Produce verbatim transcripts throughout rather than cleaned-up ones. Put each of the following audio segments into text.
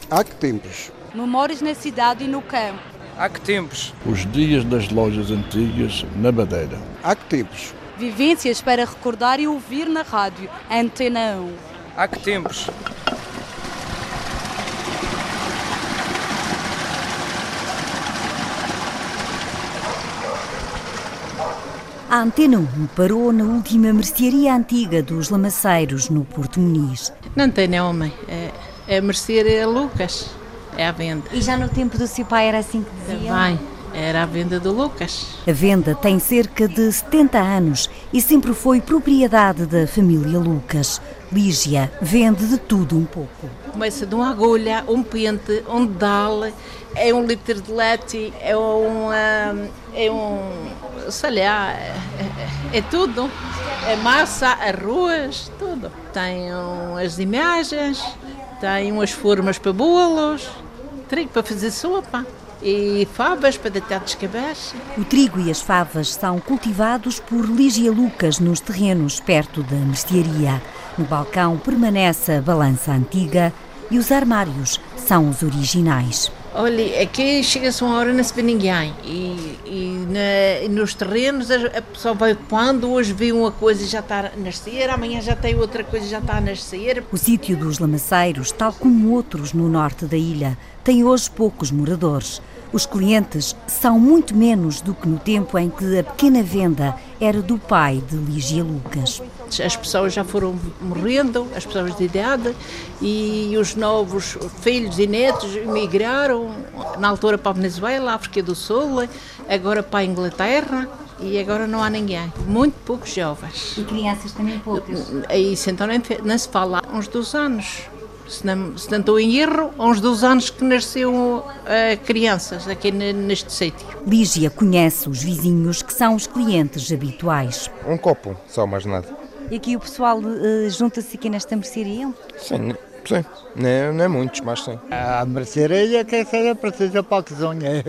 Há que tempos? Memórias na cidade e no campo. Há que tempos? Os dias das lojas antigas na Madeira. Há que tempos? Vivências para recordar e ouvir na rádio Antena um. Há que tempos? A Antena um parou na última mercearia antiga dos Lamaceiros, no Porto Muniz. Não tem nome, é, é a mercearia Lucas, é a venda. E já no tempo do seu pai era assim que dizia? Bem, era a venda do Lucas. A venda tem cerca de setenta anos e sempre foi propriedade da família Lucas. Lígia vende de tudo um pouco. Começa de uma agulha, um pente, um dedal, é um litro de leite, é um, é um sei lá, é, é, é tudo. É massa, arroz, tudo. Tem um, as imagens, tem umas formas para bolos, trigo para fazer sopa e favas para deitar descabeça. O trigo e as favas são cultivados por Lígia Lucas nos terrenos perto da mercearia. No balcão permanece a balança antiga e os armários são os originais. Olha, aqui chega-se uma hora não se vê ninguém e, e, na, e nos terrenos a, a pessoa vai ocupando, hoje vê uma coisa e já está a nascer, amanhã já tem outra coisa e já está a nascer. O sítio dos Lamaceiros, tal como outros no norte da ilha, tem hoje poucos moradores. Os clientes são muito menos do que no tempo em que a pequena venda era do pai de Lígia Lucas. As pessoas já foram morrendo, as pessoas de idade, e os novos filhos e netos emigraram, na altura para a Venezuela, África do Sul, agora para a Inglaterra, e agora não há ninguém. Muito poucos jovens. E crianças também poucas? Isso então nem, nem se fala. Há uns dois anos. Se não, se não estou em erro, há uns dois anos que nasceu uh, crianças aqui neste sítio. Lígia conhece os vizinhos que são os clientes habituais. Um copo, só mais nada. E aqui o pessoal uh, junta-se aqui nesta mercearia? Sim, sim. Não, não é muitos, mas sim. A mercearia que seja precisa para que sonhe.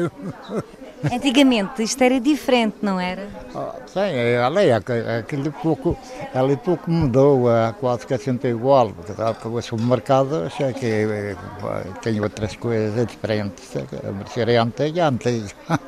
Antigamente isto era diferente, não era? Oh, sim, ali, aquele pouco, ali pouco mudou, quase que é sempre igual. O supermercado acho que tem outras coisas diferentes. A mercearia antiga é antiga.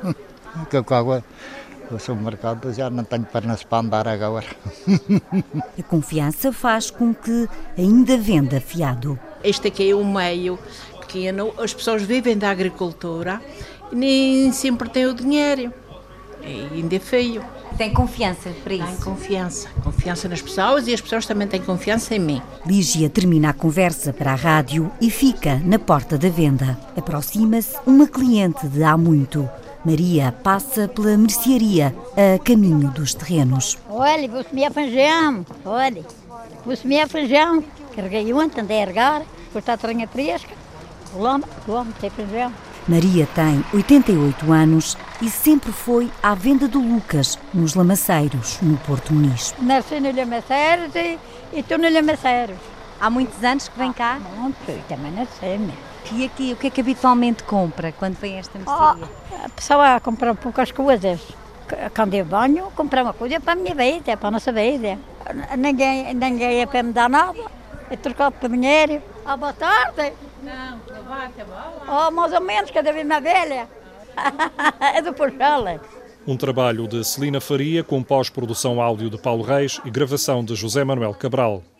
O supermercado já não tem pernas para andar agora. A confiança faz com que ainda venda fiado. Este aqui é um meio pequeno, as pessoas vivem da agricultura e nem sempre têm o dinheiro. E ainda é feio. Tem confiança para isso? Tem confiança. Confiança nas pessoas e as pessoas também têm confiança em mim. Lígia termina a conversa para a rádio e fica na porta da venda. Aproxima-se uma cliente de há muito. Maria passa pela mercearia a caminho dos terrenos. Olha, vou semear feijão. Olha, vou semear feijão. Carreguei ontem, andei a regar, depois está a terrinha fresca. Lama, lama, tem feijão. Maria tem oitenta e oito anos e sempre foi à venda do Lucas, nos Lamaceiros, no Porto Muniz. Nasci no Lamaceiros e estou no Lamaceiros. Há muitos anos que vem cá? Muito, eu também nasci, né? E aqui, o que é que habitualmente compra quando vem a esta mercearia? Oh, a pessoa compra poucas coisas. Quando eu venho, comprar uma coisa para a minha vida, para a nossa vida. Ninguém, ninguém é para me dar nada. É trocar por dinheiro. Ah, boa tarde. Não, não vai até bola. Oh, mais ou menos, cada vez mais velha. É do Porchala. Um trabalho de Celina Faria com pós-produção áudio de Paulo Reis e gravação de José Manuel Cabral.